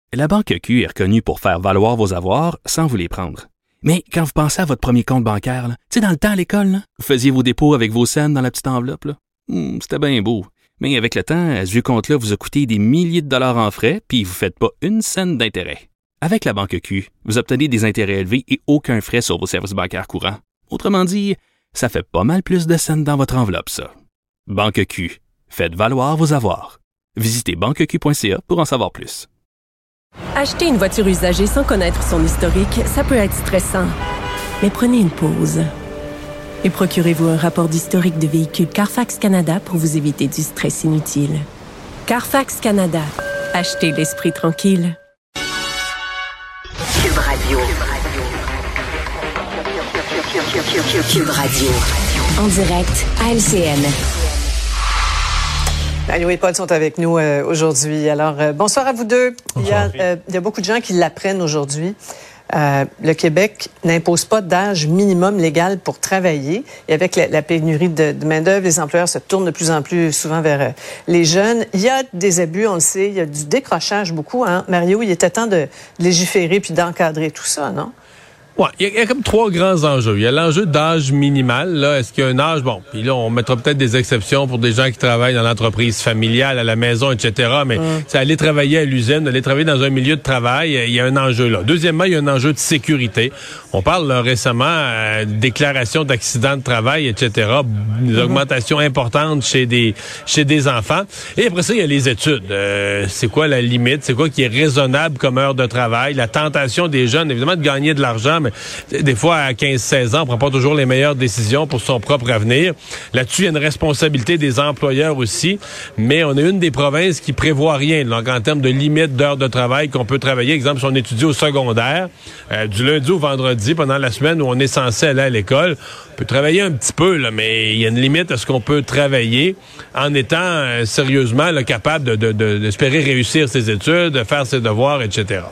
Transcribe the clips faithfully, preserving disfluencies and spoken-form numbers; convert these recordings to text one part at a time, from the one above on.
La Banque Q est reconnue pour faire valoir vos avoirs sans vous les prendre. Mais quand vous pensez à votre premier compte bancaire, tu sais, dans le temps à l'école, là, vous faisiez vos dépôts avec vos scènes dans la petite enveloppe. Là. Hum, c'était bien beau. Mais avec le temps, à ce vieux compte-là vous a coûté des milliers de dollars en frais, puis vous ne faites pas une scène d'intérêt. Avec la Banque Q, vous obtenez des intérêts élevés et aucun frais sur vos services bancaires courants. Autrement dit, ça fait pas mal plus de scènes dans votre enveloppe, ça. Banque Q. Faites valoir vos avoirs. Visitez banque q point c a pour en savoir plus. Acheter une voiture usagée sans connaître son historique, ça peut être stressant. Mais prenez une pause. Et procurez-vous un rapport d'historique de véhicule Carfax Canada pour vous éviter du stress inutile. Carfax Canada. Achetez l'esprit tranquille. Cube Radio. Cube Radio. En direct à L C N. Mario et Paul sont avec nous euh, aujourd'hui. Alors, euh, bonsoir à vous deux. Bonsoir. Il y a, euh, il y a beaucoup de gens qui l'apprennent aujourd'hui. Euh, le Québec n'impose pas d'âge minimum légal pour travailler. Et avec la, la pénurie de, de main-d'œuvre, les employeurs se tournent de plus en plus souvent vers euh, les jeunes. Il y a des abus, on le sait. Il y a du décrochage beaucoup. Hein? Mario, il était temps de légiférer puis d'encadrer tout ça, non? Ouais, il y, y a comme trois grands enjeux. Il y a l'enjeu d'âge minimal. Là, est-ce qu'il y a un âge? Bon, puis là, on mettra peut-être des exceptions pour des gens qui travaillent dans l'entreprise familiale, à la maison, et cetera. Mais mm. c'est aller travailler à l'usine, aller travailler dans un milieu de travail, il y a un enjeu là. Deuxièmement, il y a un enjeu de sécurité. On parle là, récemment euh, de déclaration d'accidents de travail, et cetera. Des mm-hmm. augmentations importantes chez des chez des enfants. Et après ça, il y a les études. Euh, c'est quoi la limite? C'est quoi qui est raisonnable comme heure de travail? La tentation des jeunes, évidemment, de gagner de l'argent, mais des fois, à quinze seize ans, on prend pas toujours les meilleures décisions pour son propre avenir. Là-dessus, il y a une responsabilité des employeurs aussi, mais on est une des provinces qui prévoit rien. Donc, en termes de limite d'heures de travail qu'on peut travailler, exemple, si on étudie au secondaire, euh, du lundi au vendredi, pendant la semaine où on est censé aller à l'école, on peut travailler un petit peu, là, mais il y a une limite à ce qu'on peut travailler en étant euh, sérieusement là, capable de, de, de, d'espérer réussir ses études, de faire ses devoirs, et cetera.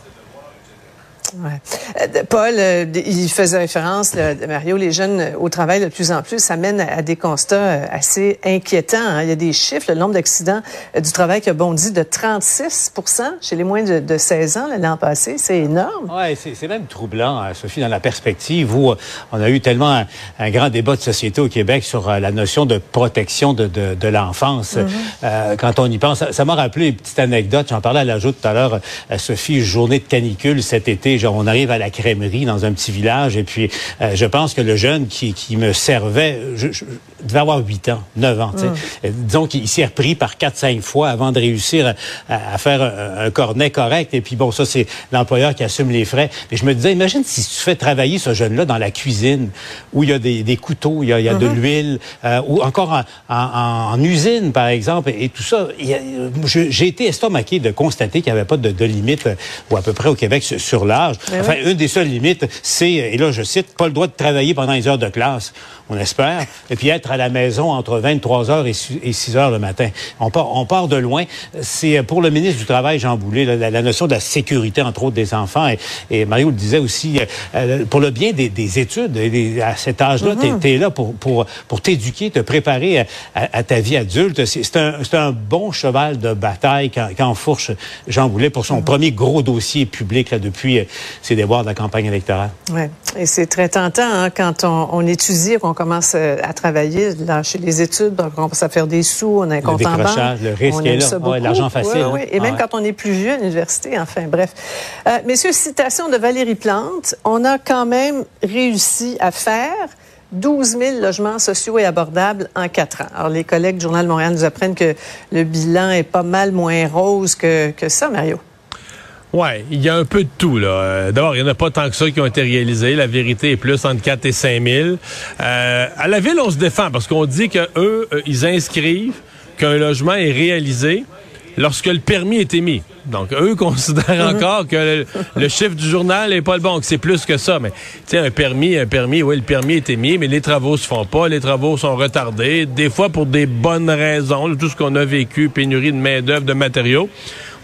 Ouais. Euh, Paul, euh, il faisait référence, là, Mario, les jeunes euh, au travail de plus en plus, ça mène à, à des constats euh, assez inquiétants. Hein. Il y a des chiffres, le nombre d'accidents euh, du travail qui a bondi de trente-six pour cent chez les moins de, de seize ans là, l'an passé. C'est énorme. Oui, c'est, c'est même troublant, hein, Sophie, dans la perspective où euh, on a eu tellement un, un grand débat de société au Québec sur euh, la notion de protection de, de, de l'enfance. Mm-hmm. Euh, quand on y pense, ça, ça m'a rappelé une petite anecdote, j'en parlais à la joute tout à l'heure, euh, Sophie, journée de canicule cet été. Genre, on arrive à la crèmerie dans un petit village et puis euh, je pense que le jeune qui, qui me servait, je, je devait avoir huit ans, neuf ans. Mm. Euh, disons qu'il s'est repris par quatre cinq fois avant de réussir à, à faire un, un cornet correct. Et puis bon, ça, c'est l'employeur qui assume les frais. Mais je me disais, imagine si tu fais travailler ce jeune-là dans la cuisine où il y a des, des couteaux, il y a, il y a mm-hmm. de l'huile, euh, ou encore en, en, en usine, par exemple, et, et tout ça. Il y a, je, j'ai été estomaqué de constater qu'il n'y avait pas de, de limite, ou à peu près au Québec, sur, sur l'âge. Mais enfin, oui. Une des seules limites, c'est, et là je cite, pas le droit de travailler pendant les heures de classe, on espère, et puis être à la maison entre vingt-trois heures et six heures le matin. On part, on part de loin. C'est pour le ministre du Travail, Jean Boulet, la, la notion de la sécurité, entre autres, des enfants, et, et Mario le disait aussi, euh, pour le bien des, des études, et des, à cet âge-là, mm-hmm. t'es, t'es là pour, pour, pour t'éduquer, te préparer à, à, à ta vie adulte. C'est, c'est, un, c'est un bon cheval de bataille quand, quand fourche Jean Boulet pour son mm-hmm. premier gros dossier public là, depuis ses déboires de la campagne électorale. Oui, et c'est très tentant hein, quand on, on étudie, qu'on commence à travailler, lâcher les études, on commence à faire des sous, on a un compte en banque. Le risque est là, ouais, l'argent facile. Oui, oui. Et même ouais. quand on est plus vieux à l'université, enfin bref. Euh, messieurs, citation de Valérie Plante, on a quand même réussi à faire douze mille logements sociaux et abordables en quatre ans. Alors, les collègues du Journal de Montréal nous apprennent que le bilan est pas mal moins rose que, que ça, Mario. Oui, il y a un peu de tout, là. D'abord, il n'y en a pas tant que ça qui ont été réalisés. La vérité est plus entre quatre et cinq mille. Euh, à la ville, on se défend parce qu'on dit qu'eux, euh, ils inscrivent qu'un logement est réalisé lorsque le permis est émis. Donc, eux considèrent mm-hmm. encore que le, le chiffre du journal n'est pas le bon, que c'est plus que ça. Mais, tu sais, un permis, un permis, oui, le permis est émis, mais les travaux se font pas, les travaux sont retardés, des fois pour des bonnes raisons, tout ce qu'on a vécu, pénurie de main-d'œuvre, de matériaux.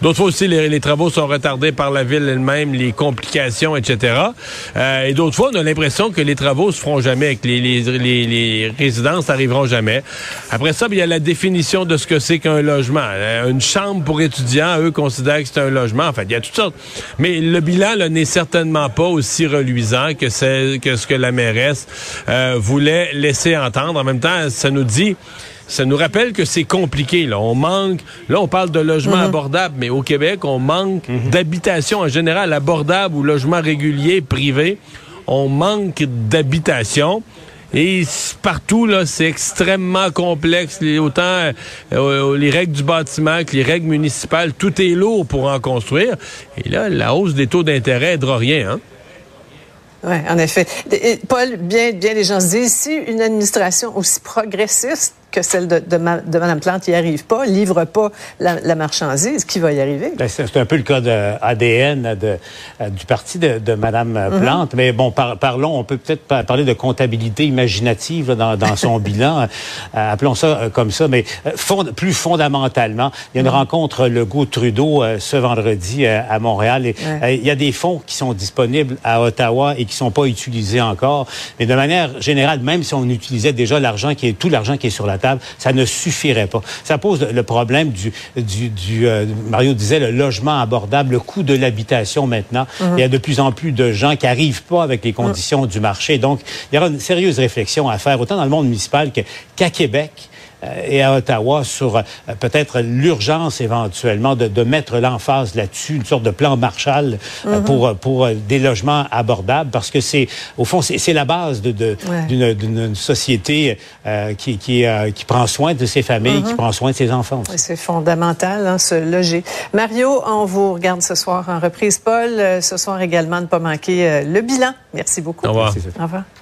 D'autres fois aussi, les, les travaux sont retardés par la ville elle-même, les complications, et cetera. Euh, et d'autres fois, on a l'impression que les travaux se feront jamais, que les, les, les, les résidences n'arriveront jamais. Après ça, il y a la définition de ce que c'est qu'un logement. Une chambre pour étudiants, eux considèrent que c'est un logement. En fait, il y a toutes sortes. Mais le bilan là, n'est certainement pas aussi reluisant que, c'est, que ce que la mairesse euh, voulait laisser entendre. En même temps, ça nous dit... Ça nous rappelle que c'est compliqué. Là. On manque. Là, on parle de logements mm-hmm. abordables, mais au Québec, on manque mm-hmm. d'habitations en général abordables ou logements réguliers, privés. On manque d'habitations. Et partout, là, c'est extrêmement complexe. Les, autant euh, les règles du bâtiment que les règles municipales, tout est lourd pour en construire. Et là, la hausse des taux d'intérêt n'aidera rien, hein? Oui, en effet. Et Paul, bien, bien les gens se disent, si une administration aussi progressiste que celle de, de, ma, de Mme Plante n'y arrive pas, livre pas la, la marchandise, qui va y arriver? Ben, c'est un peu le cas de A D N de, de, du parti de, de Mme mm-hmm. Plante. Mais bon, par, parlons, on peut peut-être parler de comptabilité imaginative là, dans, dans son bilan. Euh, appelons ça euh, comme ça. Mais euh, fond, plus fondamentalement, il y a une mm-hmm. rencontre Legault-Trudeau euh, ce vendredi euh, à Montréal. Et, ouais. euh, il y a des fonds qui sont disponibles à Ottawa et qui sont pas utilisés encore. Mais de manière générale, même si on utilisait déjà l'argent qui est tout l'argent qui est sur la table, ça ne suffirait pas. Ça pose le problème du, du, du euh, Mario disait, le logement abordable, le coût de l'habitation maintenant. Mm-hmm. Il y a de plus en plus de gens qui n'arrivent pas avec les conditions mm-hmm. du marché. Donc, il y aura une sérieuse réflexion à faire, autant dans le monde municipal que, qu'à Québec et à Ottawa sur euh, peut-être l'urgence éventuellement de, de mettre l'emphase là-dessus, une sorte de plan Marshall euh, mm-hmm. pour pour euh, des logements abordables, parce que c'est au fond c'est, c'est la base de, de ouais. d'une, d'une société euh, qui qui euh, qui prend soin de ses familles, mm-hmm. qui prend soin de ses enfants. Oui, c'est fondamental, hein, se loger. Mario, on vous regarde ce soir en reprise. Paul, euh, ce soir également, ne pas manquer euh, le bilan. Merci beaucoup. Au revoir. Merci. Au revoir.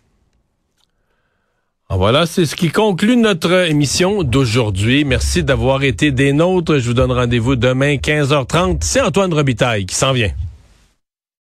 Voilà, c'est ce qui conclut notre émission d'aujourd'hui. Merci d'avoir été des nôtres. Je vous donne rendez-vous demain quinze heures trente. C'est Antoine Robitaille qui s'en vient.